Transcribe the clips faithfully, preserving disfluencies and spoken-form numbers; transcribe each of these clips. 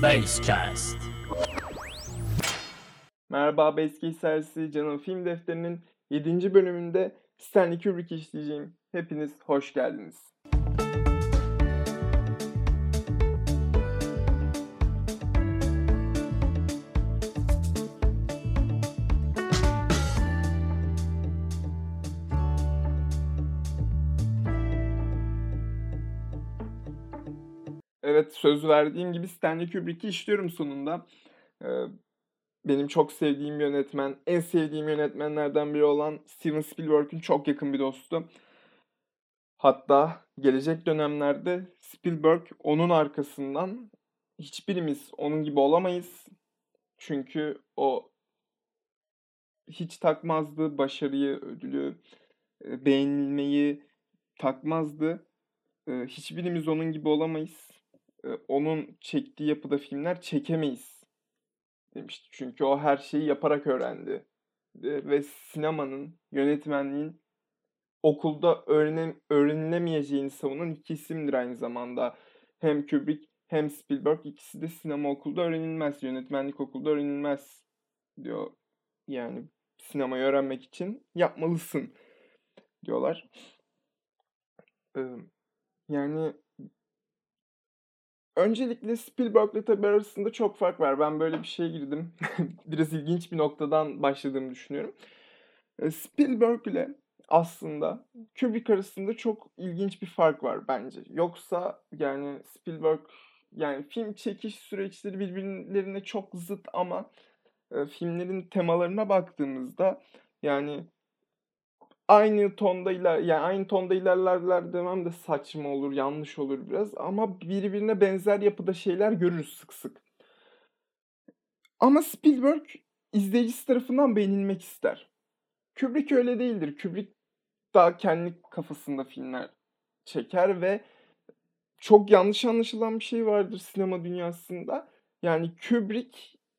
Basecast. Merhaba, Basecast serisi Canım Film Defteri'nin yedinci bölümünde Stanley Kubrick işleyeceğim. Hepiniz hoş geldiniz. Evet, söz verdiğim gibi Stanley Kubrick'i işliyorum sonunda. Ee, benim çok sevdiğim yönetmen, en sevdiğim yönetmenlerden biri olan Steven Spielberg'ün çok yakın bir dostu. Hatta gelecek dönemlerde Spielberg onun arkasından hiçbirimiz onun gibi olamayız. Çünkü o hiç takmazdı başarıyı, ödülü, e, beğenilmeyi takmazdı. E, Hiçbirimiz onun gibi olamayız. E, Onun çektiği yapıda filmler çekemeyiz demişti. Çünkü o her şeyi yaparak öğrendi. E, Ve sinemanın, yönetmenliğin okulda öğrenem, öğrenilemeyeceğini savunan iki isimdir aynı zamanda. Hem Kubrick hem Spielberg, ikisi de sinema okulda öğrenilmez, yönetmenlik okulda öğrenilmez diyor. Yani sinemayı öğrenmek için yapmalısın diyorlar. Ee, Yani öncelikle Spielberg'le tabii arasında çok fark var. Ben böyle bir şeye girdim. Biraz ilginç bir noktadan başladığımı düşünüyorum. Ee, Spielberg ile aslında Kubrick arasında çok ilginç bir fark var bence. Yoksa yani Spielberg, yani film çekiş süreçleri birbirlerine çok zıt ama e, filmlerin temalarına baktığımızda yani aynı tonda iler yani aynı tonda ilerlerler demem de saçma olur, yanlış olur biraz ama birbirine benzer yapıda şeyler görürüz sık sık. Ama Spielberg izleyicisi tarafından beğenilmek ister. Kubrick öyle değildir. Kubrick daha kendi kafasında filmler çeker ve çok yanlış anlaşılan bir şey vardır sinema dünyasında. Yani Kubrick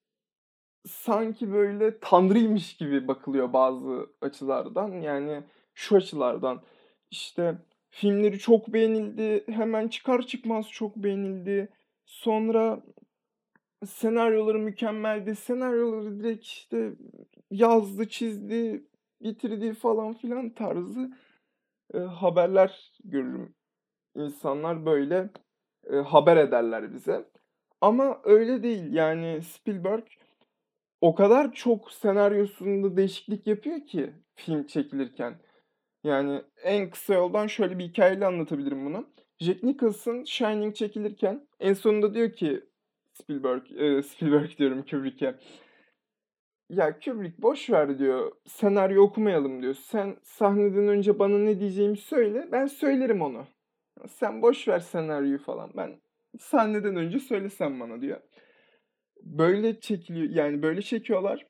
sanki böyle tanrıymış gibi bakılıyor bazı açılardan. Yani şu açılardan işte filmleri çok beğenildi, hemen çıkar çıkmaz çok beğenildi. Sonra senaryoları mükemmeldi. Senaryoları direkt işte yazdı, çizdi, bitirdi falan filan tarzı e, haberler görürüm. İnsanlar böyle e, haber ederler bize. Ama öyle değil. Yani Spielberg o kadar çok senaryosunda değişiklik yapıyor ki film çekilirken. Yani en kısa yoldan şöyle bir hikayeyle anlatabilirim bunu. Jack Nicholson Shining çekilirken en sonunda diyor ki Spielberg, e, Spielberg diyorum Kubrick'e. Ya Kubrick boş ver diyor. Senaryo okumayalım diyor. Sen sahneden önce bana ne diyeceğimi söyle. Ben söylerim onu. Sen boş ver senaryoyu falan. Ben sahneden önce söylesem bana diyor. Böyle çekiliyor. Yani böyle çekiyorlar.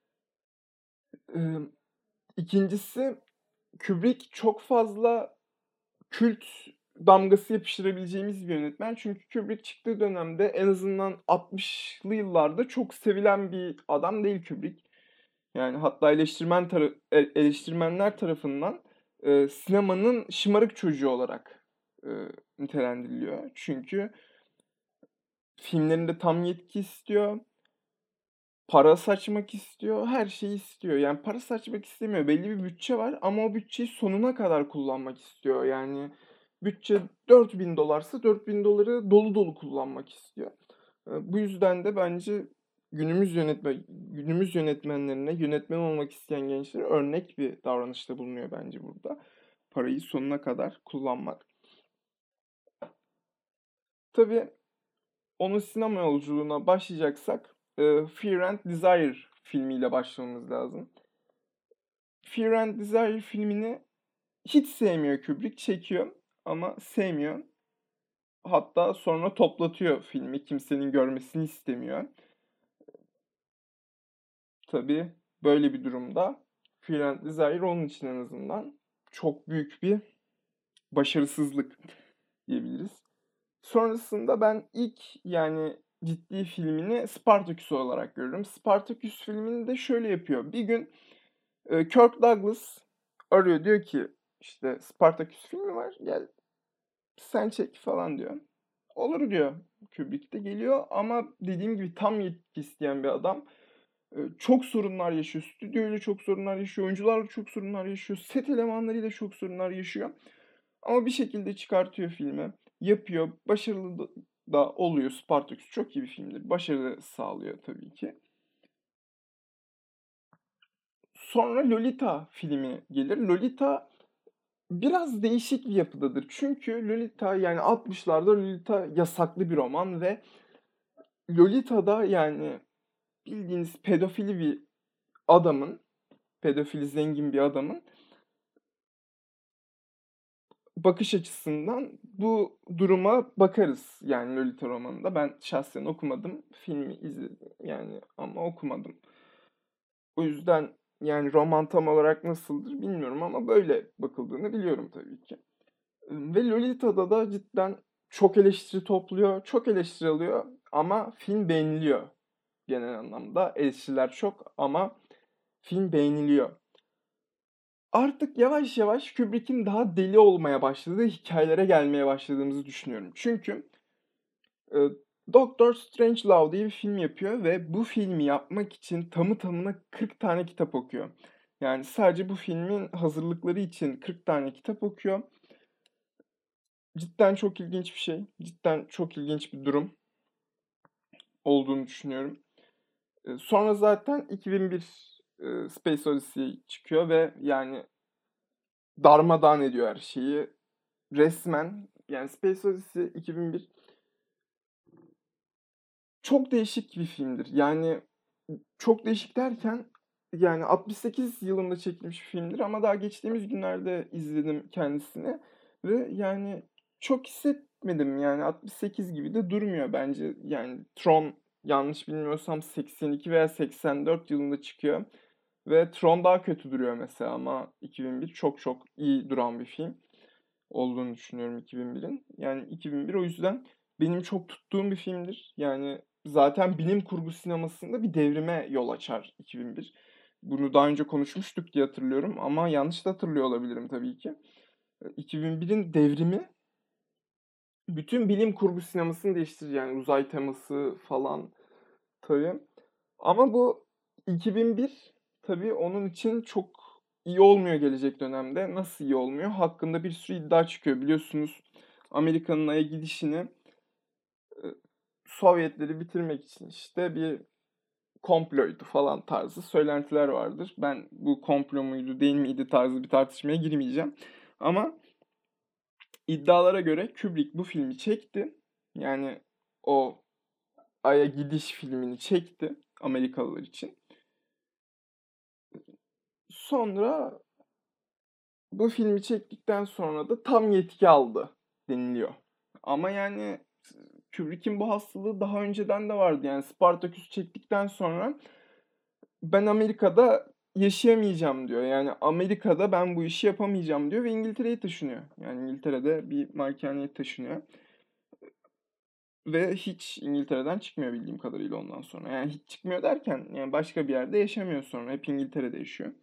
Ee, ikincisi Kubrick çok fazla kült damgası yapıştırabileceğimiz bir yönetmen. Çünkü Kubrick çıktığı dönemde en azından altmışlı yıllarda çok sevilen bir adam değil Kubrick. Yani hatta eleştirmen tara- e- eleştirmenler tarafından e, sinemanın şımarık çocuğu olarak e, nitelendiriliyor. Çünkü filmlerinde tam yetki istiyor, para saçmak istiyor, her şeyi istiyor. Yani para saçmak istemiyor. Belli bir bütçe var ama o bütçeyi sonuna kadar kullanmak istiyor. Yani bütçe dört bin dolarsa dört bin doları dolu dolu kullanmak istiyor. E, Bu yüzden de bence günümüz yönetmen günümüz yönetmenlerine, yönetmen olmak isteyen gençlere örnek bir davranışta bulunuyor bence burada. Parayı sonuna kadar kullanmak. Tabii onun sinema yolculuğuna başlayacaksak e, Fear and Desire filmiyle başlamamız lazım. Fear and Desire filmini hiç sevmiyor Kubrick, çekiyor ama sevmiyor. Hatta sonra toplatıyor filmi, kimsenin görmesini istemiyor. Tabii böyle bir durumda Fear and Desire onun için en azından çok büyük bir başarısızlık diyebiliriz. Sonrasında ben ilk yani ciddi filmini Spartacus olarak görüyorum. Spartacus filmini de şöyle yapıyor. Bir gün e, Kirk Douglas arıyor, diyor ki işte Spartacus filmi var, gel sen çek falan diyor. Olur diyor. Kubrick'te geliyor ama dediğim gibi tam yetki isteyen bir adam. Eee, çok sorunlar yaşıyor. Stüdyoyla çok sorunlar yaşıyor. Oyuncularla çok sorunlar yaşıyor. Set elemanlarıyla çok sorunlar yaşıyor. Ama bir şekilde çıkartıyor filmi. Yapıyor. Başarılı da da oluyor. Spartacus çok iyi bir filmdir. Başarı sağlıyor tabii ki. Sonra Lolita filmi gelir. Lolita biraz değişik bir yapıdadır. Çünkü Lolita yani altmışlarda Lolita yasaklı bir roman ve Lolita'da yani bildiğiniz pedofili bir adamın, pedofili zengin bir adamın bakış açısından bu duruma bakarız. Yani Lolita romanında. Ben şahsen okumadım. Filmi izledim yani ama okumadım. O yüzden yani roman tam olarak nasıldır bilmiyorum ama böyle bakıldığını biliyorum tabii ki. Ve Lolita'da da cidden çok eleştiri topluyor, çok eleştiri alıyor ama film beğeniliyor genel anlamda. Eleştiriler çok ama film beğeniliyor. Artık yavaş yavaş Kubrick'in daha deli olmaya başladığı hikayelere gelmeye başladığımızı düşünüyorum. Çünkü e, Doctor Strangelove diye bir film yapıyor ve bu filmi yapmak için tamı tamına kırk tane kitap okuyor. Yani sadece bu filmin hazırlıkları için kırk tane kitap okuyor. Cidden çok ilginç bir şey. Cidden çok ilginç bir durum olduğunu düşünüyorum. E, Sonra zaten iki bin bir e, Space Odyssey çıkıyor ve yani darmadağın ediyor her şeyi. Resmen yani Space Odyssey iki bin bir çok değişik bir filmdir. Yani çok değişik derken yani altmış sekiz yılında çekilmiş bir filmdir ama daha geçtiğimiz günlerde izledim kendisini ve yani çok hissetmedim yani altmış sekiz gibi de durmuyor bence. Yani Tron yanlış bilmiyorsam seksen iki veya seksen dört yılında çıkıyor ve Tron daha kötü duruyor mesela ama iki bin bir çok çok iyi duran bir film olduğunu düşünüyorum iki bin birin. Yani iki bin bir o yüzden benim çok tuttuğum bir filmdir. Yani zaten bilim kurgu sinemasında bir devrime yol açar iki bin bir. Bunu daha önce konuşmuştuk diye hatırlıyorum ama yanlış da hatırlıyor olabilirim tabii ki. E, iki bin birin devrimi bütün bilim kurgu sinemasını değiştirir. Yani uzay teması falan tabii. Ama bu iki bin bir tabii onun için çok iyi olmuyor gelecek dönemde. Nasıl iyi olmuyor? Hakkında bir sürü iddia çıkıyor. Biliyorsunuz Amerika'nın Ay'a gidişini e, Sovyetleri bitirmek için işte bir komploydu falan tarzı söylentiler vardır. Ben bu komplo muydu değil miydi tarzı bir tartışmaya girmeyeceğim. Ama iddialara göre Kubrick bu filmi çekti. Yani o Ay'a gidiş filmini çekti Amerikalılar için. Sonra bu filmi çektikten sonra da tam yetki aldı deniliyor. Ama yani Kubrick'in bu hastalığı daha önceden de vardı. Yani Spartacus çektikten sonra ben Amerika'da yaşayamayacağım diyor. Yani Amerika'da ben bu işi yapamayacağım diyor ve İngiltere'ye taşınıyor. Yani İngiltere'de bir malikaneye taşınıyor. Ve hiç İngiltere'den çıkmıyor bildiğim kadarıyla ondan sonra. Yani hiç çıkmıyor derken yani başka bir yerde yaşamıyor sonra. Hep İngiltere'de yaşıyor.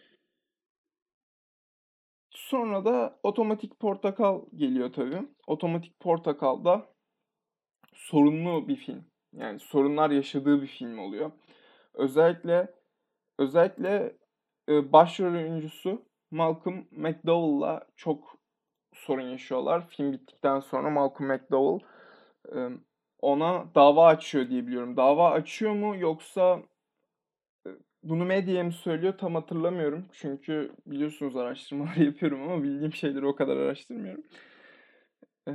Sonra da Otomatik Portakal geliyor tabii. Otomatik Portakal da sorunlu bir film. Yani sorunlar yaşadığı bir film oluyor. Özellikle özellikle e, başrol oyuncusu Malcolm McDowell'la çok sorun yaşıyorlar. Film bittikten sonra Malcolm McDowell e, ona dava açıyor diye biliyorum. Dava açıyor mu yoksa e, bunu medyaya mı söylüyor tam hatırlamıyorum. Çünkü biliyorsunuz araştırmalar yapıyorum ama bildiğim şeyleri o kadar araştırmıyorum. E,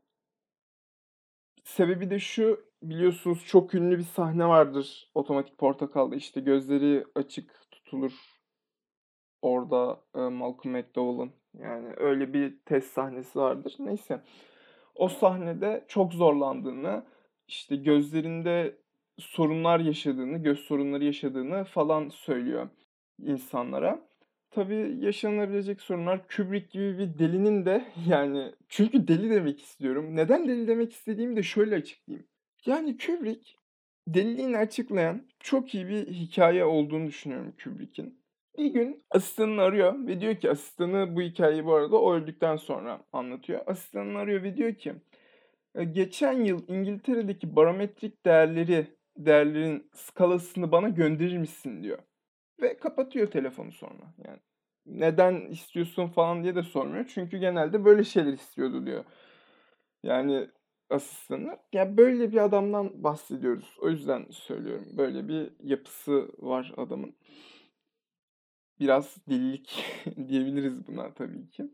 Sebebi de şu, biliyorsunuz çok ünlü bir sahne vardır Otomatik Portakal'da. İşte gözleri açık tutulur orada e, Malcolm McDowell'ın. Yani öyle bir test sahnesi vardır. Neyse. O sahnede çok zorlandığını, işte gözlerinde sorunlar yaşadığını, göz sorunları yaşadığını falan söylüyor insanlara. Tabii yaşanabilecek sorunlar Kubrick gibi bir delinin de yani çünkü deli demek istiyorum. Neden deli demek istediğimi de şöyle açıklayayım. Yani Kubrick deliliğini açıklayan çok iyi bir hikaye olduğunu düşünüyorum Kubrick'in. Bir gün asistanını arıyor ve diyor ki asistanı bu hikayeyi bu arada o öldükten sonra anlatıyor. Asistanını arıyor ve diyor ki Eee, geçen yıl İngiltere'deki barometrik değerleri değerlerin skalasını bana gönderir misin diyor ve kapatıyor telefonu sonra. Yani neden istiyorsun falan diye de sormuyor. Çünkü genelde böyle şeyler istiyordu diyor. Yani asistanı. Ya böyle bir adamdan bahsediyoruz. O yüzden söylüyorum. Böyle bir yapısı var adamın. Biraz delilik diyebiliriz buna tabii ki.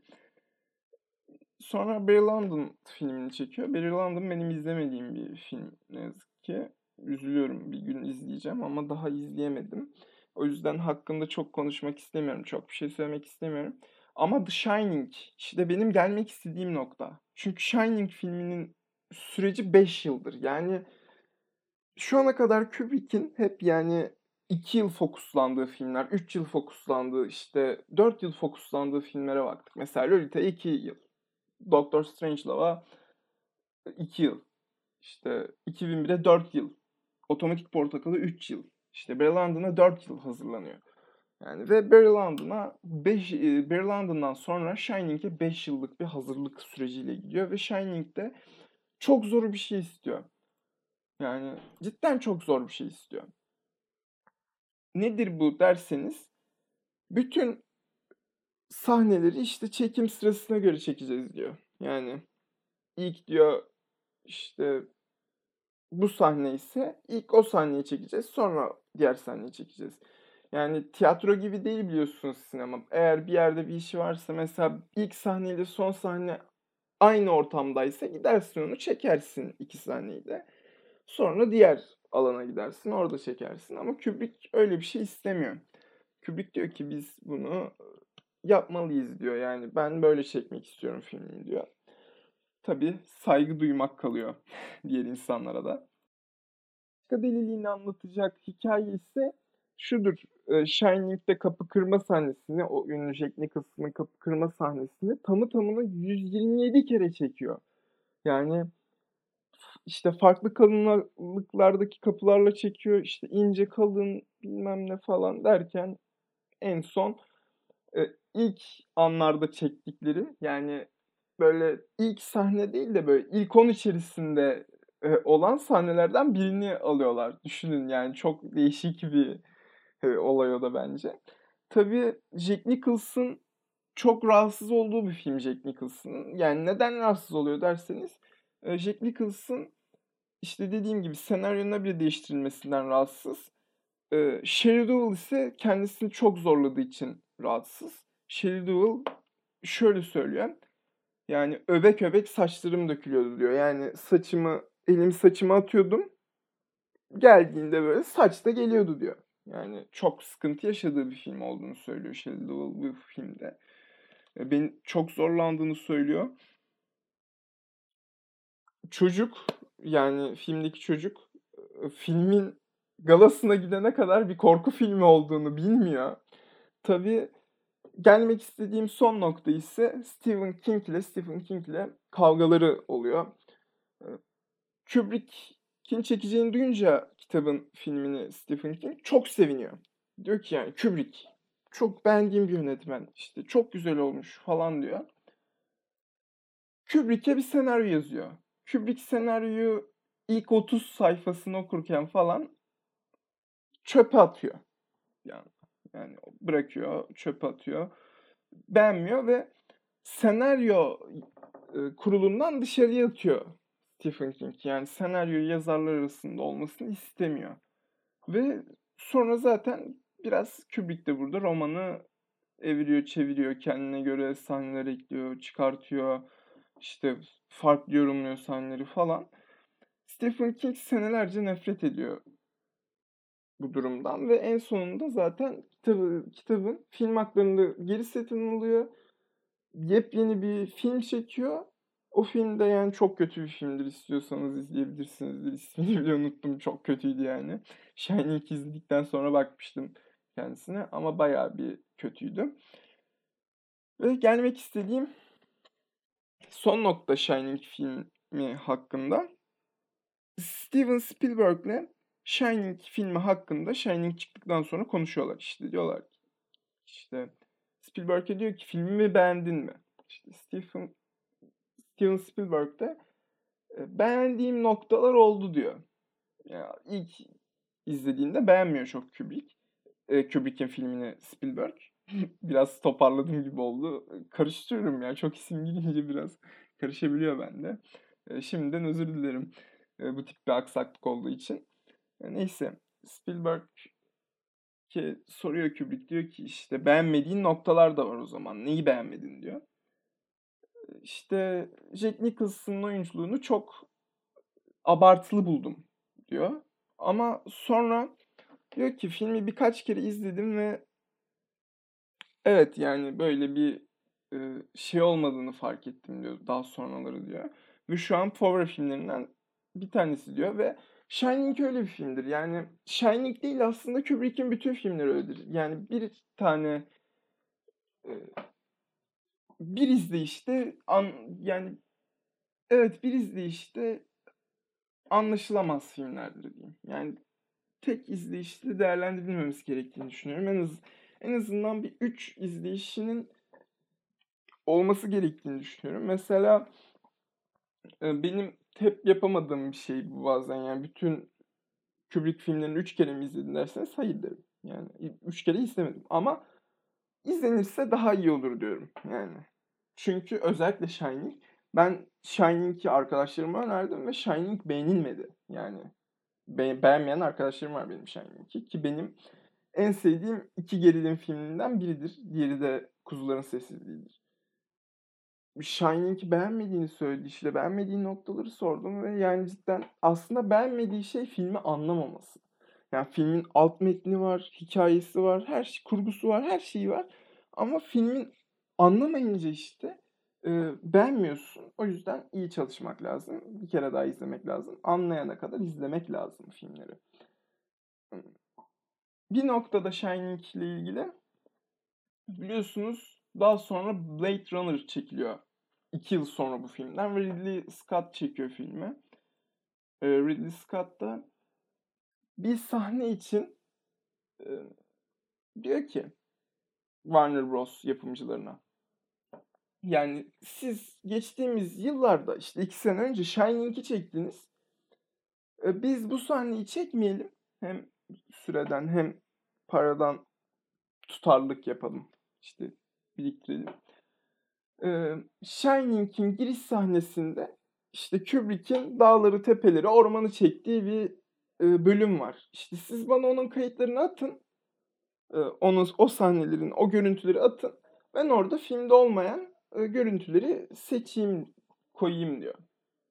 Sonra Barry Lyndon filmini çekiyor. Barry Lyndon benim izlemediğim bir film ne yazık ki. Üzülüyorum, bir gün izleyeceğim ama daha izleyemedim. O yüzden hakkında çok konuşmak istemiyorum. Çok bir şey söylemek istemiyorum. Ama The Shining işte benim gelmek istediğim nokta. Çünkü Shining filminin süreci beş yıldır. Yani şu ana kadar Kubrick'in hep yani iki yıl fokuslandığı filmler, üç yıl fokuslandığı, işte dört yıl fokuslandığı filmlere baktık. Mesela Lolita iki yıl. Doctor Strangelove'a iki yıl. İşte iki bin bire dört yıl. Otomatik Portakal'a üç yıl. İşte Barry Lyndon'a dört yıl hazırlanıyor. Yani ve Barry Lyndon'a beş, e, Barry Lyndon'dan sonra Shining'e beş yıllık bir hazırlık süreciyle gidiyor ve Shining'de çok zor bir şey istiyor. Yani cidden çok zor bir şey istiyor. Nedir bu derseniz, bütün sahneleri işte çekim sırasına göre çekeceğiz diyor. Yani ilk diyor işte bu sahne ise ilk o sahneyi çekeceğiz, sonra diğer sahneyi çekeceğiz. Yani tiyatro gibi değil biliyorsunuz sinema. Eğer bir yerde bir işi varsa mesela ilk sahneyle son sahne aynı ortamdaysa gidersin onu çekersin iki sahneyi de. Sonra diğer alana gidersin orada çekersin ama Kubrick öyle bir şey istemiyor. Kubrick diyor ki biz bunu yapmalıyız diyor. Yani ben böyle çekmek istiyorum filmi diyor. Tabii saygı duymak kalıyor diğer insanlara da. Psikodeliğini anlatacak hikaye ise şudur. E, Shining'de kapı kırma sahnesini, o ünlü Jack Nicholson'ın kapı kırma sahnesini tamı tamına yüz yirmi yedi kere çekiyor. Yani işte farklı kalınlıklardaki kapılarla çekiyor. İşte ince kalın bilmem ne falan derken en son e, ilk anlarda çektikleri yani böyle ilk sahne değil de böyle ilk on içerisinde e, olan sahnelerden birini alıyorlar. Düşünün yani çok değişik bir e, olay o da bence. Tabii Jack Nicholson çok rahatsız olduğu bir film Jack Nicholson'ın. Yani neden rahatsız oluyor derseniz e, Jack Nicholson işte dediğim gibi senaryonun bile değiştirilmesinden rahatsız. Ee, Shelley Duvall ise kendisini çok zorladığı için rahatsız. Shelley Duvall şöyle söylüyor. Yani öbek öbek saçlarım dökülüyordu diyor. Yani saçımı, elimi saçıma atıyordum. Geldiğinde böyle saç da geliyordu diyor. Yani çok sıkıntı yaşadığı bir film olduğunu söylüyor Shelley Duvall bu filmde. E, Beni çok zorlandığını söylüyor. Çocuk yani filmdeki çocuk e, filmin galasına gidene kadar bir korku filmi olduğunu bilmiyor. Tabii gelmek istediğim son nokta ise Stephen King ile Stephen King ile kavgaları oluyor. E, Kubrick'in çekeceğini duyunca kitabın filmini Stephen King çok seviniyor. Diyor ki yani Kubrick çok beğendiğim bir yönetmen işte çok güzel olmuş falan diyor. Kubrick'e bir senaryo yazıyor. Kubrick senaryoyu ilk otuz sayfasını okurken falan çöpe atıyor. Yani, yani bırakıyor, çöpe atıyor. Beğenmiyor ve senaryo e, kurulundan dışarıya atıyor Stephen King. Yani senaryo yazarlar arasında olmasını istemiyor. Ve sonra zaten biraz Kubrick de burada romanı eviriyor, çeviriyor, kendine göre sahneler ekliyor, çıkartıyor, işte farklı yorumluyor sahneleri falan. Stephen King senelerce nefret ediyor bu durumdan ve en sonunda zaten kitabı, kitabın film haklarını geri satın alıyor. Yepyeni bir film çekiyor. O film de yani çok kötü bir filmdir. İstiyorsanız izleyebilirsiniz. İsmini bile unuttum. Çok kötüydü yani. Shining izledikten sonra bakmıştım kendisine ama bayağı bir kötüydü. Ve gelmek istediğim son nokta Shining filmi hakkında. Steven Spielberg'le Shining filmi hakkında Shining çıktıktan sonra konuşuyorlar. İşte diyorlar ki işte Spielberg'e diyor ki filmimi beğendin mi? İşte Stephen Steven Spielberg de Eee, beğendiğim noktalar oldu diyor. Ya, ilk izlediğinde beğenmiyor çok Kubrick. Eee, Kubrick'in filmini Spielberg. Biraz toparladığım gibi oldu. Karıştırıyorum ya, çok isim girince biraz karışabiliyor bende. Eee, şimdiden özür dilerim, eee, bu tip bir aksaklık olduğu için. Eee, neyse, Spielberg ki soruyor Kubrick, diyor ki işte beğenmediğin noktalar da var o zaman. Neyi beğenmedin diyor. İşte Jack Nicholson'ın oyunculuğunu çok abartılı buldum diyor. Ama sonra diyor ki filmi birkaç kere izledim ve evet yani böyle bir e, şey olmadığını fark ettim diyor daha sonraları diyor. Ve şu an favori filmlerinden bir tanesi diyor ve Shining öyle bir filmdir. Yani Shining değil aslında Kubrick'in bütün filmleri öyledir. Yani bir tane e, bir izleyişte an, yani evet bir izleyişte anlaşılamaz filmlerdir diyeyim. Yani tek izleyişte değerlendirilmemesi gerektiğini düşünüyorum. En az en azından bir üç izleyişinin olması gerektiğini düşünüyorum. Mesela e, benim hep yapamadığım bir şey bu bazen. Yani bütün Kubrick filmlerini üç kere mi izledin derseniz hayır derim. Yani üç kere izlemedim ama izlenirse daha iyi olur diyorum yani. Çünkü özellikle Shining. Ben Shining'i arkadaşlarıma önerdim ve Shining beğenilmedi. Yani be- beğenmeyen arkadaşlarım var benim Shining'i. Ki benim en sevdiğim iki gerilim filminden biridir. Diğeri de Kuzuların Sessizliği'dir. Shining'i beğenmediğini söyledi, işte beğenmediği noktaları sordum ve yani cidden aslında beğenmediği şey filmi anlamaması. Yani filmin alt metni var, hikayesi var, her şey, kurgusu var, her şeyi var. Ama filmin anlamayınca işte e, beğenmiyorsun. O yüzden iyi çalışmak lazım. Bir kere daha izlemek lazım. Anlayana kadar izlemek lazım filmleri. Bir noktada Shining ile ilgili biliyorsunuz daha sonra Blade Runner çekiliyor. İki yıl sonra bu filmden ve Ridley Scott çekiyor filmi. Ee, Ridley Scott da bir sahne için e, diyor ki Warner Bros. Yapımcılarına. Yani siz geçtiğimiz yıllarda işte iki sene önce Shining'i çektiniz. E, biz bu sahneyi çekmeyelim. Hem süreden hem paradan tutarlılık yapalım. İşte biriktirelim. Ee, Shining'in giriş sahnesinde işte Kubrick'in dağları, tepeleri, ormanı çektiği bir e, bölüm var. İşte siz bana onun kayıtlarını atın. E, onun, o sahnelerin, o görüntüleri atın. Ben orada filmde olmayan e, görüntüleri seçeyim, koyayım diyor.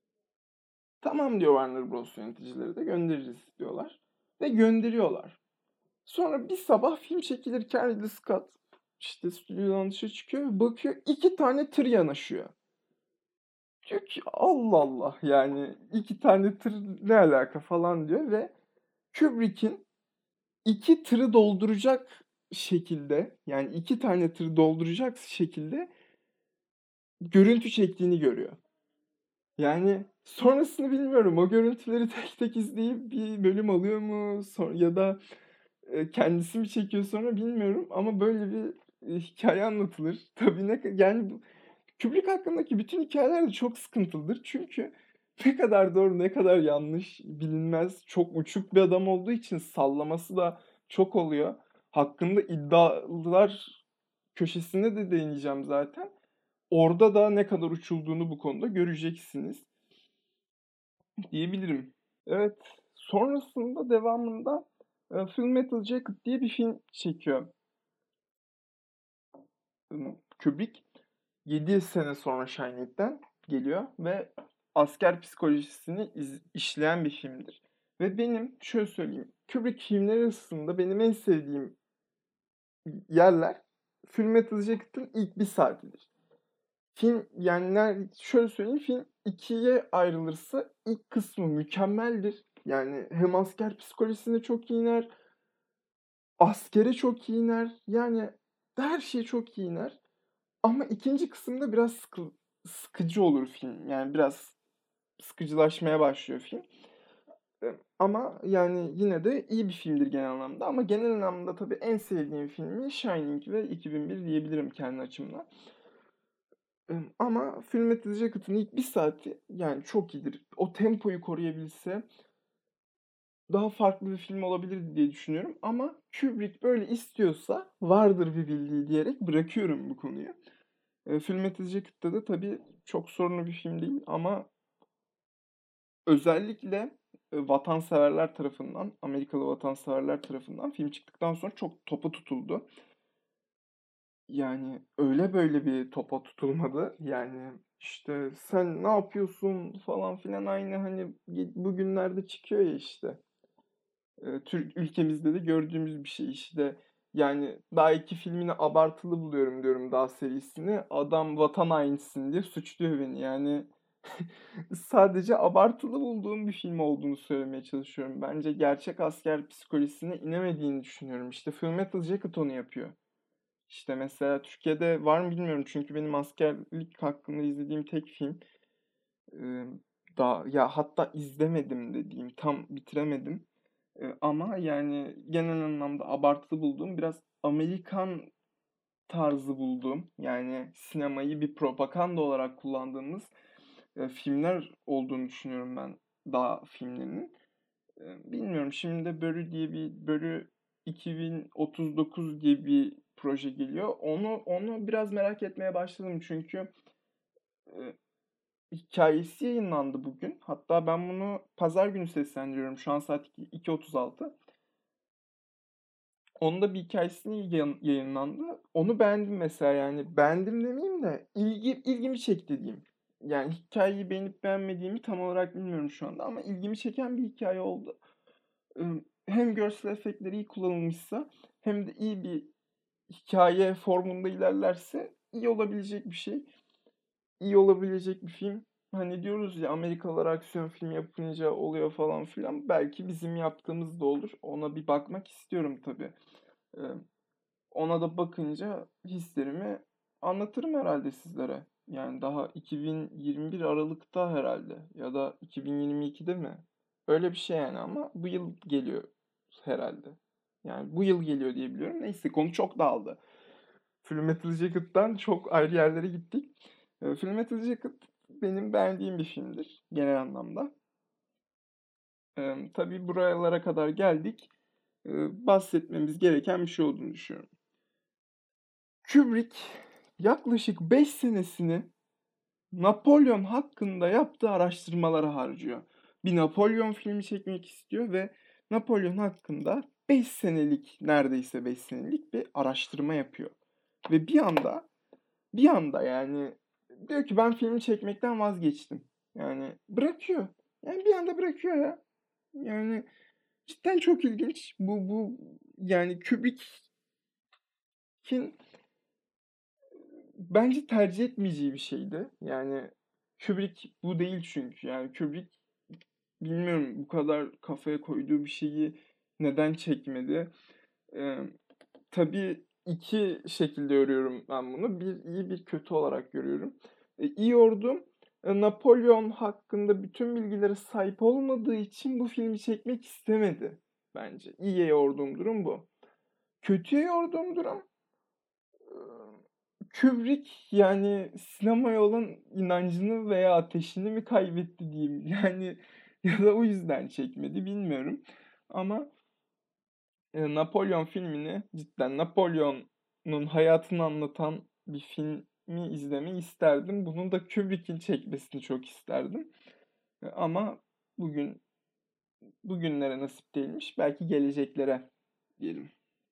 Tamam diyor Warner Bros. Yöneticileri de göndeririz diyorlar. Ve gönderiyorlar. Sonra bir sabah film çekilirken Ridley Scott işte stüdyodan dışarı çıkıyor ve bakıyor iki tane tır yanaşıyor. Diyor ki Allah Allah yani iki tane tır ne alaka falan diyor ve Kubrick'in iki tırı dolduracak şekilde yani iki tane tır dolduracak şekilde görüntü çektiğini görüyor. Yani sonrasını bilmiyorum. O görüntüleri tek tek izleyip bir bölüm alıyor mu son ya da e, kendisi mi çekiyor sonra bilmiyorum ama böyle bir e, hikaye anlatılır. Tabii ne yani bu Kubrick hakkındaki bütün hikayeler de çok sıkıntılıdır. Çünkü ne kadar doğru ne kadar yanlış bilinmez. Çok uçuk bir adam olduğu için sallaması da çok oluyor. Hakkında iddialar köşesine de değineceğim zaten. Orada da ne kadar uçulduğunu bu konuda göreceksiniz diyebilirim. Evet, sonrasında devamında e, Full Metal Jacket diye bir film çekiyor ım, Kubrick. yedi sene sonra Shining'den geliyor ve asker psikolojisini iz- işleyen bir filmdir. Ve benim şöyle söyleyeyim, Kubrick filmleri arasında benim en sevdiğim yerler Full Metal Jacket'ın ilk bir saatidir. Film yani ner- şöyle söyleyeyim film ikiye ayrılırsa ilk kısmı mükemmeldir. Yani hem asker psikolojisine çok iyi iner, askere çok iyi iner. Yani her şeye çok iyi iner. Ama ikinci kısımda biraz sıkı, sıkıcı olur film. Yani biraz sıkıcılaşmaya başlıyor film. E, Ama yani yine de iyi bir filmdir genel anlamda. Ama genel anlamda tabii en sevdiğim filmi Shining ve iki bin bir diyebilirim kendi açımdan. Emm, ama Fullmetal Jacket'ın ilk bir saati, yani, çok iyidir. O tempoyu koruyabilse daha farklı bir film olabilirdi diye düşünüyorum ama Kubrick böyle istiyorsa vardır bir bildiği diyerek bırakıyorum bu konuyu. Eee, Fullmetal Jacket'ta da tabii çok sorunlu bir film değil ama özellikle, eee, vatanseverler tarafından, Amerikalı vatanseverler tarafından film çıktıktan sonra çok topa tutuldu. Yani, öyle böyle bir topa tutulmadı. Yani, işte, "Sen ne yapıyorsun?" falan filan aynı, hani, ge bugünlerde çıkıyor ya, işte. Eee, Türk ülkemizde de gördüğümüz bir şey, işte. Yani, daha iki filmini abartılı buluyorum diyorum Dağ serisini. Adam vatan hainisin diye suçluyor beni. Yani, sadece abartılı bulduğum bir film olduğunu söylemeye çalışıyorum. Bence gerçek asker psikolojisine inemediğini düşünüyorum. İşte, Fullmetal Jacket onu yapıyor. İşte, mesela Türkiye'de var mı bilmiyorum çünkü benim askerlik hakkında izlediğim tek film, emm, daha ya, hatta izlemedim de diyeyim, tam bitiremedim. Eee, ama yani genel anlamda abartılı bulduğum, biraz Amerikan tarzı bulduğum, yani sinemayı bir propaganda olarak kullandığımız, eee, filmler olduğunu düşünüyorum ben Dağ filmlerinin. Eee, bilmiyorum, şimdi de Börü diye bir Börü iki bin otuz dokuz diye bir proje geliyor. Onu onu biraz merak etmeye başladım çünkü, eee, hikâyesi yayınlandı bugün. Hatta ben bunu pazar günü seslendiriyorum. Şu an saat iki iki otuz altı. Onun da bir hikâyesini yayın yayınlandı. Onu beğendim mesela, yani beğendim demeyeyim de ilgi ilgimi çekti diyeyim. Yani hikâyeyi beğenip beğenmediğimi tam olarak bilmiyorum şu anda ama ilgimi çeken bir hikâye oldu. Imm, hem görsel efektleri iyi kullanılmışsa hem de iyi bir hikâye formunda ilerlerse iyi olabilecek bir şey. İyi olabilecek bir film. Hani diyoruz ya, Amerikalılar aksiyon filmi yapınca oluyor falan filan. Belki bizim yaptığımız da olur. Ona bir bakmak istiyorum tabii. Emm, ona da bakınca hislerimi anlatırım herhâlde sizlere. Yani daha iki bin yirmi bir Aralık'ta herhâlde ya da iki bin yirmi ikide mi? Öyle bir şey yani ama bu yıl geliyor herhâlde. Yani bu yıl geliyor diye biliyorum. Neyse, konu çok dağıldı. Fullmetal Jacket'tan çok ayrı yerlere gittik. Eee, Fullmetal Jacket benim beğendiğim bir filmdir genel anlamda. Emm, tabii buralara kadar geldik. Eee, bahsetmemiz gereken bir şey olduğunu düşünüyorum. Kubrick yaklaşık beş senesini Napolyon hakkında yaptığı araştırmalara harcıyor. Bir Napolyon filmi çekmek istiyor ve Napolyon hakkında beş senelik, neredeyse beş senelik bir araştırma yapıyor. Ve bir anda, bir anda yani diyor ki ben filmi çekmekten vazgeçtim. Yani bırakıyor. Yani bir anda bırakıyor ya. Yani cidden çok ilginç. Bu bu yani Kubrick'in bence tercih etmeyeceği bir şeydi. Yani Kubrick bu değil çünkü. Yani Kubrick bilmiyorum bu kadar kafaya koyduğu bir şeyi neden çekmedi? Emm, tabii iki şekilde görüyorum ben bunu. Bir iyi, bir kötü olarak görüyorum. E, iyi ordum, eee, Napolyon hakkında bütün bilgilere sahip olmadığı için bu filmi çekmek istemedi bence. İyiye yorduğum durum bu. Kötüye yorduğum durum, ımm, Kubrick, yani, sinemaya olan inancını veya ateşini mi kaybetti diyeyim, yani, ya da o yüzden çekmedi bilmiyorum ama, eee, Napolyon filmini cidden Napolyon'un hayatını anlatan bir filmi izlemeyi isterdim. Bunu da Kubrick'in çekmesini çok isterdim, eee, ama bugün bugünlere nasip değilmiş. Belki geleceklere diyelim.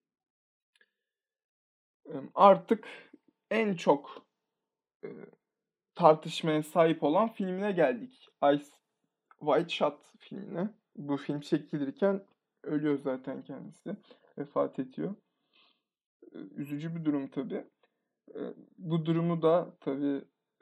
Emm, artık en çok, eee tartışmaya sahip olan filmine geldik. Ice White Shot filmine. Bu film çekilirken ölüyor zaten kendisi. Vefat ediyor. Eee, üzücü bir durum tabii. Eee, bu durumu da tabii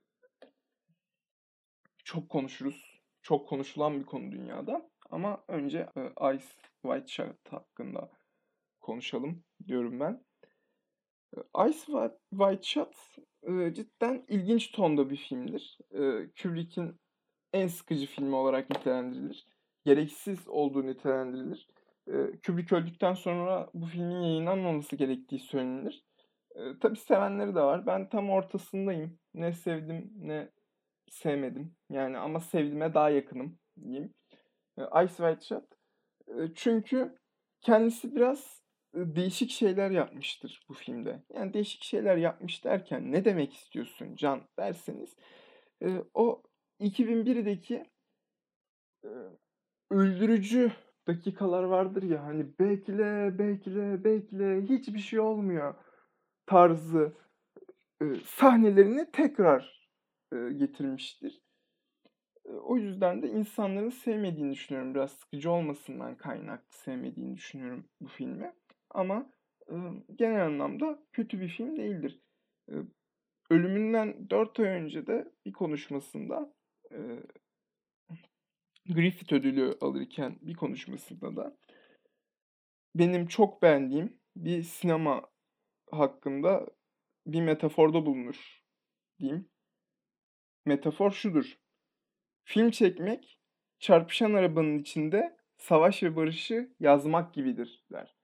çok konuşuruz. Çok konuşulan bir konu dünyada. Ama önce eee, Ice White Shot hakkında konuşalım diyorum ben. Eee, Ice Whi White Shot eee, cidden ilginç tonda bir filmdir. Eee, Kubrick'in en sıkıcı filmi olarak nitelendirilir. Gereksiz olduğu nitelendirilir. Eee, Kubrick öldükten sonra bu filmin yayınlanmaması gerektiği söylenir. Eee, tabii sevenleri de var. Ben tam ortasındayım. Ne sevdim ne sevmedim. Yani ama sevdiğime daha yakınım diyeyim. Eee, Ice White Shot. Eee, çünkü kendisi biraz, ııı, değişik şeyler yapmıştır bu filmde. Yani değişik şeyler yapmış derken ne demek istiyorsun Can derseniz, eee, o iki bin birdeki eee, öldürücü dakikalar vardır ya hani bekle, bekle, bekle hiçbir şey olmuyor tarzı eee, sahnelerini tekrar eee, getirmiştir. Eee, o yüzden de insanların sevmediğini düşünüyorum. Biraz sıkıcı olmasından kaynaklı sevmediğini düşünüyorum bu filmi. Ama ımm, genel anlamda kötü bir film değildir. Eee, ölümünden dört ay önce de bir konuşmasında eee, Griffith Ödülü alırken bir konuşmasında da benim çok beğendiğim bir sinema hakkında bir metaforda bulunur diyeyim. Metafor şudur: film çekmek, çarpışan arabanın içinde savaş ve barışı yazmak gibidir der.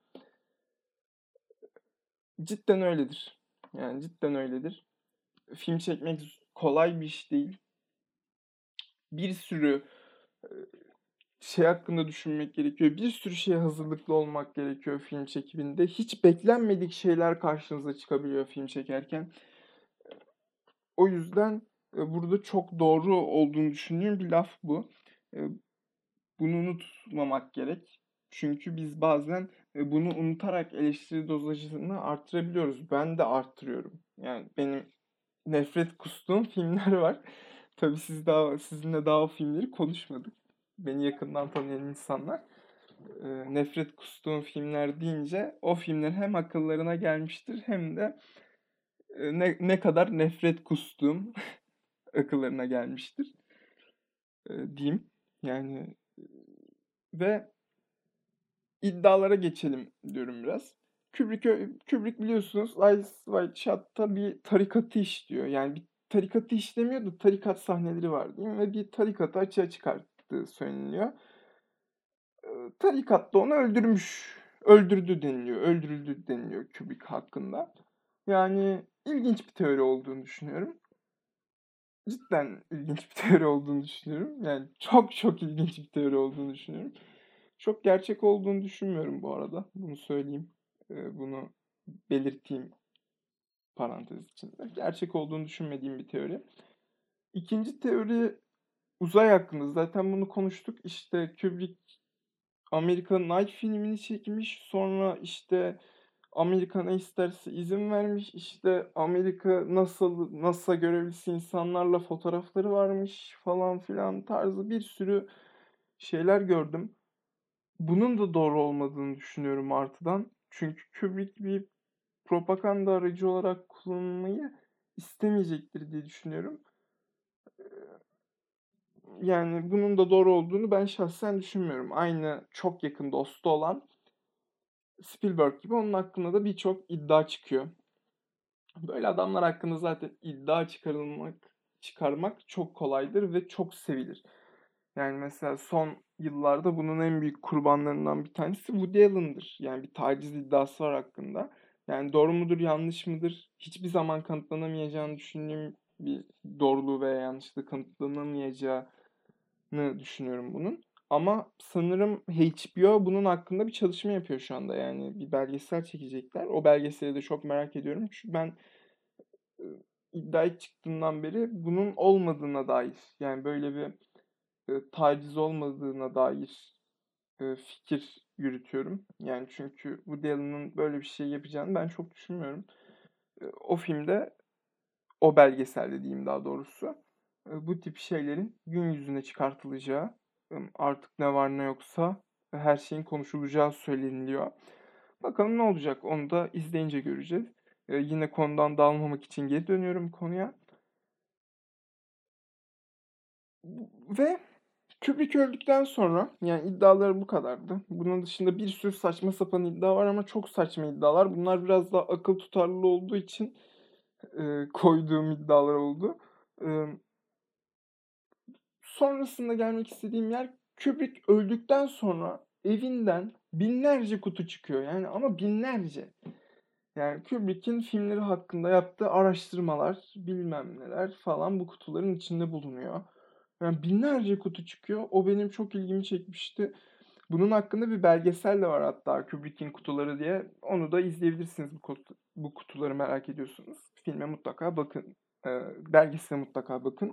Cidden öyledir. Yani cidden öyledir. Film çekmek z- kolay bir iş değil. Bir sürü e, şey hakkında düşünmek gerekiyor. Bir sürü şeye hazırlıklı olmak gerekiyor film çekiminde. Hiç beklenmedik şeyler karşınıza çıkabiliyor film çekerken. O yüzden e, burada çok doğru olduğunu düşündüğüm bir laf bu. E, Bunu unutmamak gerek. Çünkü biz bazen e, bunu unutarak eleştiri dozajını arttırabiliyoruz. Ben de arttırıyorum. Yani benim nefret kustuğum filmler var. Tabii siz daha sizinle daha o filmleri konuşmadık. Beni yakından tanıyan insanlar e, nefret kustuğum filmler deyince o filmler hem akıllarına gelmiştir hem de e, ne, ne kadar nefret kustuğum akıllarına gelmiştir e, diyeyim. Yani ve iddialara geçelim diyorum biraz. Kubrick, Kubrick biliyorsunuz Eyes Wide Shut'ta bir tarikatı işliyor. Yani bir tarikatı işlemiyor da tarikat sahneleri var diyeyim ve bir tarikatı açığa çıkarttığı söyleniyor. Ee, Tarikat da onu öldürmüş, öldürdü deniliyor, öldürüldü deniliyor Kubrick hakkında. Yani ilginç bir teori olduğunu düşünüyorum. Cidden ilginç bir teori olduğunu düşünüyorum. Yani çok çok ilginç bir teori olduğunu düşünüyorum. Çok gerçek olduğunu düşünmüyorum bu arada. Bunu söyleyeyim. Ee, bunu belirteyim parantez içinde. Gerçek olduğunu düşünmediğim bir teori. İkinci teori uzay hakkında. Zaten bunu konuştuk. İşte Kubrick Amerika'nın Night filmini çekmiş. Sonra işte Amerika ne isterse izin vermiş. İşte Amerika nasıl NASA görevlisi insanlarla fotoğrafları varmış falan filan tarzı bir sürü şeyler gördüm. Bunun da doğru olmadığını düşünüyorum artıdan. Çünkü Kubrick bir propaganda aracı olarak kullanılmayı istemeyecektir diye düşünüyorum. Yani bunun da doğru olduğunu ben şahsen düşünmüyorum. Aynı çok yakın dostu olan Spielberg gibi onun hakkında da birçok iddia çıkıyor. Böyle adamlar hakkında zaten iddia çıkarılmak, çıkarmak çok kolaydır ve çok sevilir. Yani mesela son yıllarda bunun en büyük kurbanlarından bir tanesi Woody Allen'dır. Yani bir taciz iddiası var hakkında. Yani doğru mudur, yanlış mıdır? Hiçbir zaman kanıtlanamayacağını düşündüğüm bir doğruluğu veya yanlışlığı kanıtlanamayacağını düşünüyorum bunun. Ama sanırım H B O bunun hakkında bir çalışma yapıyor şu anda. Yani bir belgesel çekecekler. O belgeseli de çok merak ediyorum. Çünkü ben e, iddia ilk çıktığından beri bunun olmadığına dair, yani böyle bir e, taciz olmadığına dair e, fikir yürütüyorum. Yani çünkü Woody Allen'ın böyle bir şey yapacağını ben çok düşünmüyorum. E, o filmde, o belgeselde diyeyim daha doğrusu, e, bu tip şeylerin gün yüzüne çıkartılacağı, e, artık ne var ne yoksa e, her şeyin konuşulacağı söyleniliyor. Bakalım ne olacak onu da izleyince göreceğiz. E, yine konudan dağılmamak için geri dönüyorum konuya. Ve Kubrick öldükten sonra yani iddiaları bu kadardı. Bunun dışında bir sürü saçma sapan iddia var ama çok saçma iddialar. Bunlar biraz daha akıl tutarlı olduğu için e, koyduğum iddialar oldu. E, sonrasında gelmek istediğim yer, Kubrick öldükten sonra evinden binlerce kutu çıkıyor. Yani ama binlerce. Yani Kubrick'in filmleri hakkında yaptığı araştırmalar, bilmem neler falan bu kutuların içinde bulunuyor. Yani binlerce kutu çıkıyor. O benim çok ilgimi çekmişti. Bunun hakkında bir belgesel de var hatta, Kubrick'in Kutuları diye. Onu da izleyebilirsiniz, bu, kutu, bu kutuları merak ediyorsunuz. Filme mutlaka bakın. Ee, belgesele mutlaka bakın.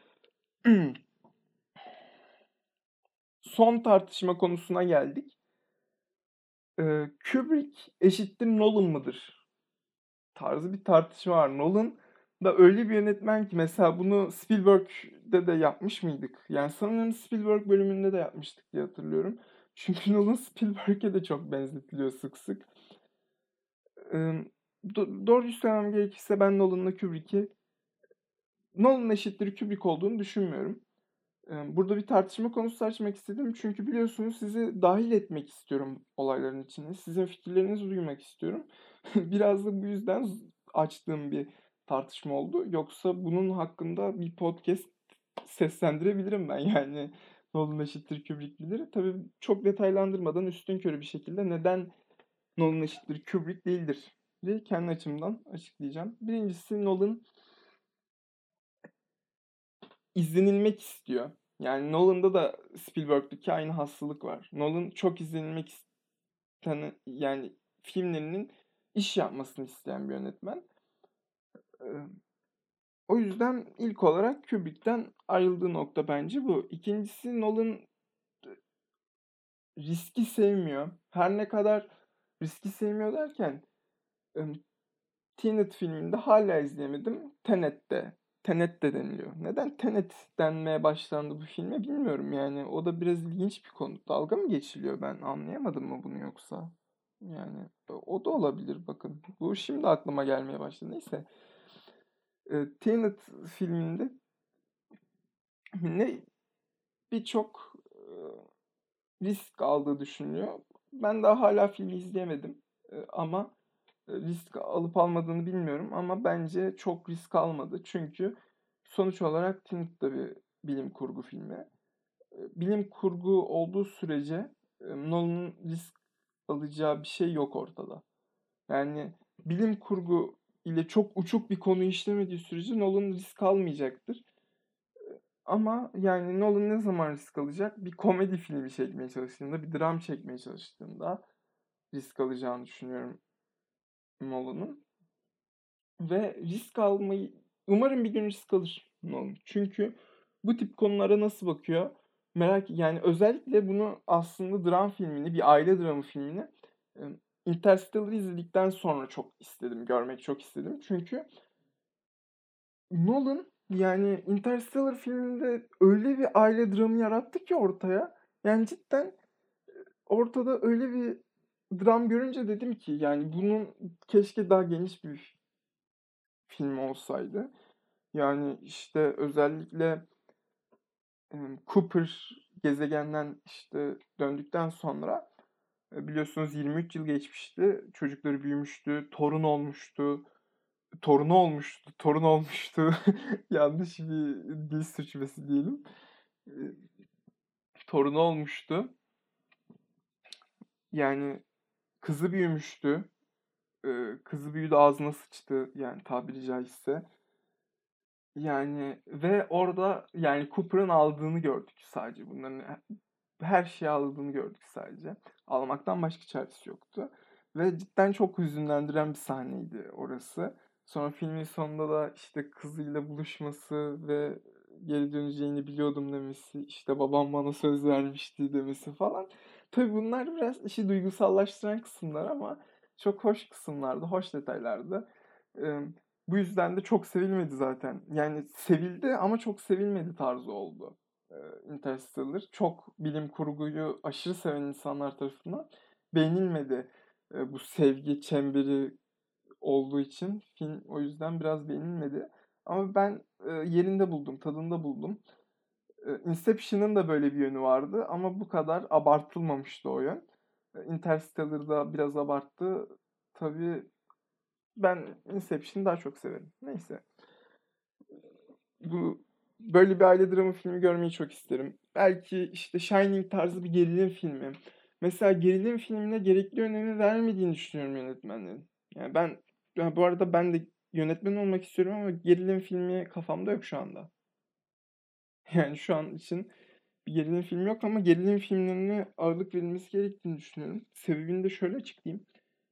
Son tartışma konusuna geldik. Ee, Kubrick eşittir Nolan mıdır tarzı bir tartışma var. Nolan da öyle bir yönetmen ki, mesela bunu Spielberg'de de yapmış mıydık? Yani sanırım Spielberg bölümünde de yapmıştık diye hatırlıyorum. Çünkü Nolan Spielberg'e de çok benzetiliyor sık sık. Ee, do- doğruyu söylemem gerekirse ben Nolan'la Kubrick'i Nolan eşittir Kubrick olduğunu düşünmüyorum. Ee, Burada bir tartışma konusu açmak istedim. Çünkü biliyorsunuz sizi dahil etmek istiyorum olayların içine. Sizin fikirlerinizi duymak istiyorum. Biraz da bu yüzden z- açtığım bir tartışma oldu. Yoksa bunun hakkında bir podcast seslendirebilirim ben. Yani Nolan eşittir Kubrick bilir. Tabii çok detaylandırmadan üstünkörü bir şekilde neden Nolan eşittir Kubrick değildir diye kendi açımdan açıklayacağım. Birincisi, Nolan izlenilmek istiyor. Yani Nolan'da da Spielberg'deki aynı hastalık var. Nolan çok izlenilmek isteyen, yani filmlerinin iş yapmasını isteyen bir yönetmen. Ee, O yüzden ilk olarak Kubrick'ten ayrıldığı nokta bence bu. İkincisi, Nolan riski sevmiyor. Her ne kadar riski sevmiyor derken, Tenet filminde hala izleyemedim. Tenet'te. Tenet'te deniliyor. Neden Tenet denmeye başlandı bu filme bilmiyorum yani. O da biraz ilginç bir konu. Dalga mı geçiliyor, ben anlayamadım mı bunu yoksa? Yani o da olabilir bakın. Bu şimdi aklıma gelmeye başladı. Neyse. E, Tenet filminde ne birçok e, risk aldığı düşünülüyor. Ben daha hala filmi izleyemedim. E, ama risk alıp almadığını bilmiyorum ama bence çok risk almadı. Çünkü sonuç olarak Tenet de bir bilim kurgu filmi. Bilim kurgu olduğu sürece Nolan'ın risk alacağı bir şey yok ortada. Yani bilim kurgu ile çok uçuk bir konu işlemediği sürece Nolan risk almayacaktır. Ama yani Nolan ne zaman risk alacak? Bir komedi filmi çekmeye çalıştığında, bir dram çekmeye çalıştığında risk alacağını düşünüyorum Nolan'ın. Ve risk almayı, umarım bir gün risk alır Nolan. Çünkü bu tip konulara nasıl bakıyor merak, yani özellikle bunu aslında dram filmini, bir aile dramı filmini e, Interstellar'ı izledikten sonra çok istedim, görmek çok istedim. Çünkü Nolan yani Interstellar filminde öyle bir aile dramı yarattı ki ortaya. Yani cidden ortada öyle bir dram görünce dedim ki yani bunun keşke daha geniş bir film olsaydı. Yani işte özellikle em, Cooper gezegenden işte döndükten sonra e, biliyorsunuz yirmi üç yıl geçmişti. Çocukları büyümüştü, torun olmuştu, torunu olmuştu, torun olmuştu. Yanlış bir dil sürçmesi diyelim. E, Torunu olmuştu. Yani kızı büyümüştü. E, Kızı büyüdü, ağzına sıçtı yani, tabiri caizse. Yani ve orada yani Cooper'ın aldığını gördük sadece. Bunların her şeyi aldığını gördük sadece. Almaktan başka çaresi yoktu. Ve cidden çok hüzünlendiren bir sahneydi orası. Sonra filmin sonunda da işte kızıyla buluşması ve geri döneceğini biliyordum demesi, işte babam bana söz vermişti demesi falan. Tabii bunlar biraz işi duygusallaştıran kısımlar ama çok hoş kısımlardı, hoş detaylardı. Ee, Bu yüzden de çok sevilmedi zaten. Yani sevildi ama çok sevilmedi tarzı oldu. e, Interstellar. Çok bilim kurguyu aşırı seven insanlar tarafından beğenilmedi. E, bu sevgi çemberi olduğu için film o yüzden biraz beğenilmedi. Ama ben e, yerinde buldum, tadında buldum. E, Inception'ın da böyle bir yönü vardı ama bu kadar abartılmamıştı o yön. E, Interstellar'da biraz abarttı. Tabii ben Inception'ı daha çok severim. Neyse. Bu böyle bir aile drama filmi görmeyi çok isterim. Belki işte Shining tarzı bir gerilim filmi. Mesela gerilim filmine gerekli önemi vermediğini düşünüyorum yönetmenlerin. Yani ben ya bu arada ben de yönetmen olmak istiyorum ama gerilim filmi kafamda yok şu anda. Yani şu an için bir gerilim filmi yok ama gerilim filmlerine ağırlık verilmesi gerektiğini düşünüyorum. Sebebini de şöyle açıklayayım.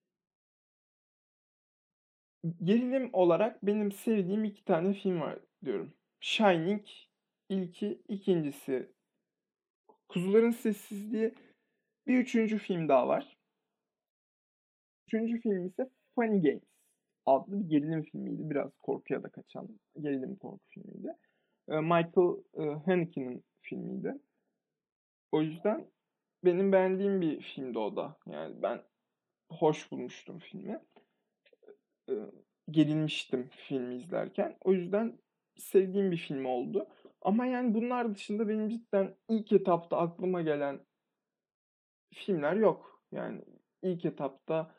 Gerilim olarak benim sevdiğim iki tane film var diyorum. Shining ilki, ikincisi Kuzuların Sessizliği, bir üçüncü film daha var. Üçüncü film ise Funny Games adlı bir gerilim filmiydi. Biraz korkuya da kaçan gerilim korku filmiydi. Ee, Michael e, Haneke'nin filmiydi. O yüzden benim beğendiğim bir filmdi o da. Yani ben hoş bulmuştum filmi. Ee, Gerilmiştim filmi izlerken. O yüzden sevdiğim bir film oldu. Ama yani bunlar dışında benim cidden ilk etapta aklıma gelen filmler yok. Yani ilk etapta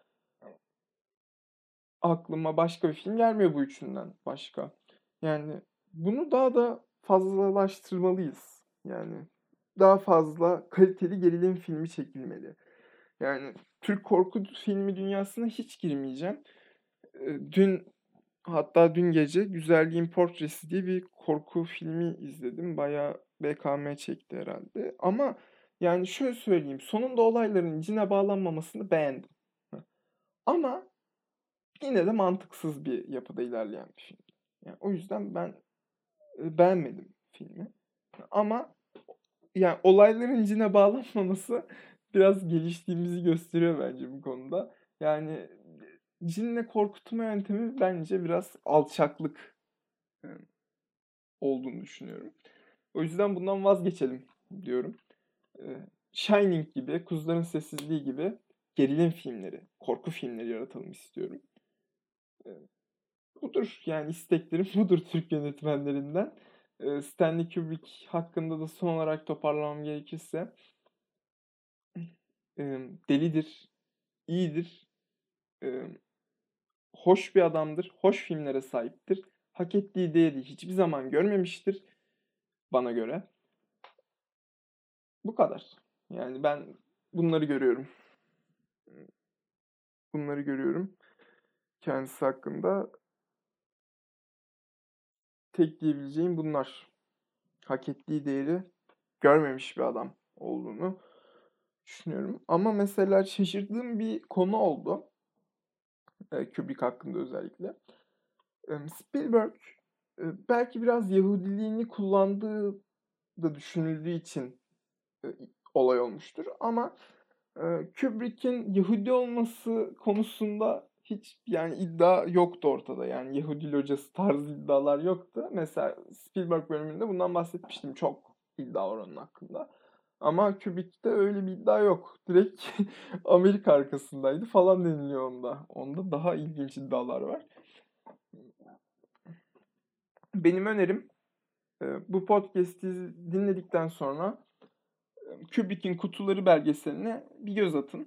aklıma başka bir film gelmiyor bu üçünden başka. Yani bunu daha da fazlalaştırmalıyız. Yani daha fazla kaliteli gerilim filmi çekilmeli. Yani Türk korku filmi dünyasına hiç girmeyeceğim. Ee, Dün hatta dün gece Güzelliğin Portresi diye bir korku filmi izledim. Bayağı B K M çekti herhalde. Ama yani şöyle söyleyeyim. Sonunda olayların içine bağlanmamasını beğendim. Ama yine de mantıksız bir yapıda ilerleyen bir film. Yani o yüzden ben e, beğenmedim filmi. Ama yani olayların içine bağlanmaması biraz geliştiğimizi gösteriyor bence bu konuda. Yani cinle korkutma yöntemi bence biraz alçaklık e, olduğunu düşünüyorum. O yüzden bundan vazgeçelim diyorum. E, Shining gibi, Kuzuların Sessizliği gibi gerilim filmleri, korku filmleri yaratalım istiyorum. E, Budur yani isteklerim budur Türk yönetmenlerinden. E, Stanley Kubrick hakkında da son olarak toparlamam gerekirse e, delidir, iyidir, e, hoş bir adamdır, hoş filmlere sahiptir. Hak ettiği değeri hiçbir zaman görmemiştir bana göre. Bu kadar. Yani ben bunları görüyorum. Bunları görüyorum. Kendisi hakkında tek diyebileceğim bunlar. Hak ettiği değeri görmemiş bir adam olduğunu düşünüyorum. Ama mesela şaşırdığım bir konu oldu. E, Kubrick hakkında özellikle. E, Spielberg e, belki biraz Yahudiliğini kullandığı da düşünüldüğü için e, olay olmuştur. Ama e, Kubrick'in Yahudi olması konusunda hiç yani iddia yoktu ortada. Yani Yahudi locası tarzı iddialar yoktu. Mesela Spielberg bölümünde bundan bahsetmiştim. Çok iddia var onun hakkında. Ama Kubrick'te öyle bir iddia yok. Direkt Amerika arkasındaydı falan deniliyor onda. Onda daha ilginç iddialar var. Benim önerim e, bu podcast'i dinledikten sonra Kubrick'in Kutuları belgeseline bir göz atın.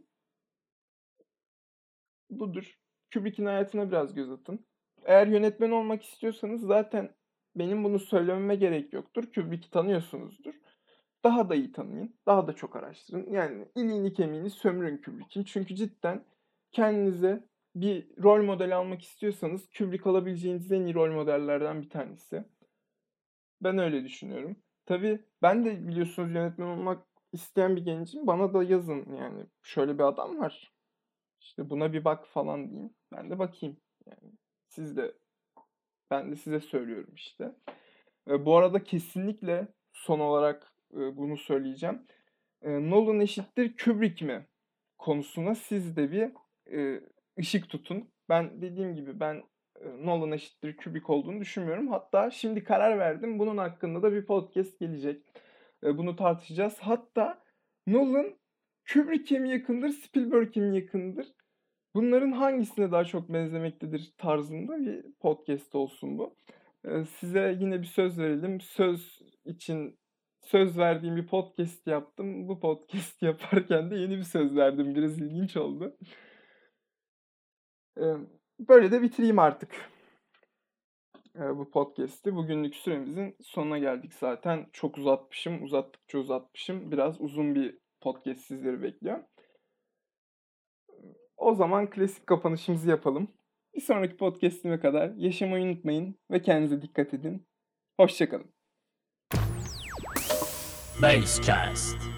Budur. Kubrick'in hayatına biraz göz atın. Eğer yönetmen olmak istiyorsanız zaten benim bunu söylememe gerek yoktur. Kubrick'i tanıyorsunuzdur. Daha da iyi tanıyın. Daha da çok araştırın. Yani iliğini kemiğini sömürün Kubrick'in. Çünkü cidden kendinize bir rol model almak istiyorsanız Kubrick alabileceğiniz en iyi rol modellerden bir tanesi. Ben öyle düşünüyorum. Tabii ben de biliyorsunuz yönetmen olmak isteyen bir gencim. Bana da yazın yani şöyle bir adam var. İşte buna bir bak falan diyeyim. Ben de bakayım. Yani siz de ben de size söylüyorum işte. E, bu arada kesinlikle son olarak e, bunu söyleyeceğim. E, Nolan eşittir Kubrick mi konusuna siz de bir e, ışık tutun. Ben dediğim gibi ben e, Nolan eşittir Kubrick olduğunu düşünmüyorum. Hatta şimdi karar verdim. Bunun hakkında da bir podcast gelecek. E, bunu tartışacağız. Hatta Nolan Kubrick'e mi yakındır, Spielberg'e mi yakındır? Bunların hangisine daha çok benzemektedir tarzında bir podcast olsun bu. Ee, size yine bir söz verelim. Söz için söz verdiğim bir podcast yaptım. Bu podcast yaparken de yeni bir söz verdim. Biraz ilginç oldu. Ee, Böyle de bitireyim artık e, bu podcast'i. Bugünlük süremizin sonuna geldik zaten. Çok uzatmışım. Uzattıkça uzatmışım. Biraz uzun bir podcast sizleri bekliyor. O zaman klasik kapanışımızı yapalım. Bir sonraki podcast'ime kadar yaşamayı unutmayın ve kendinize dikkat edin. Hoşça kalın. Basecast.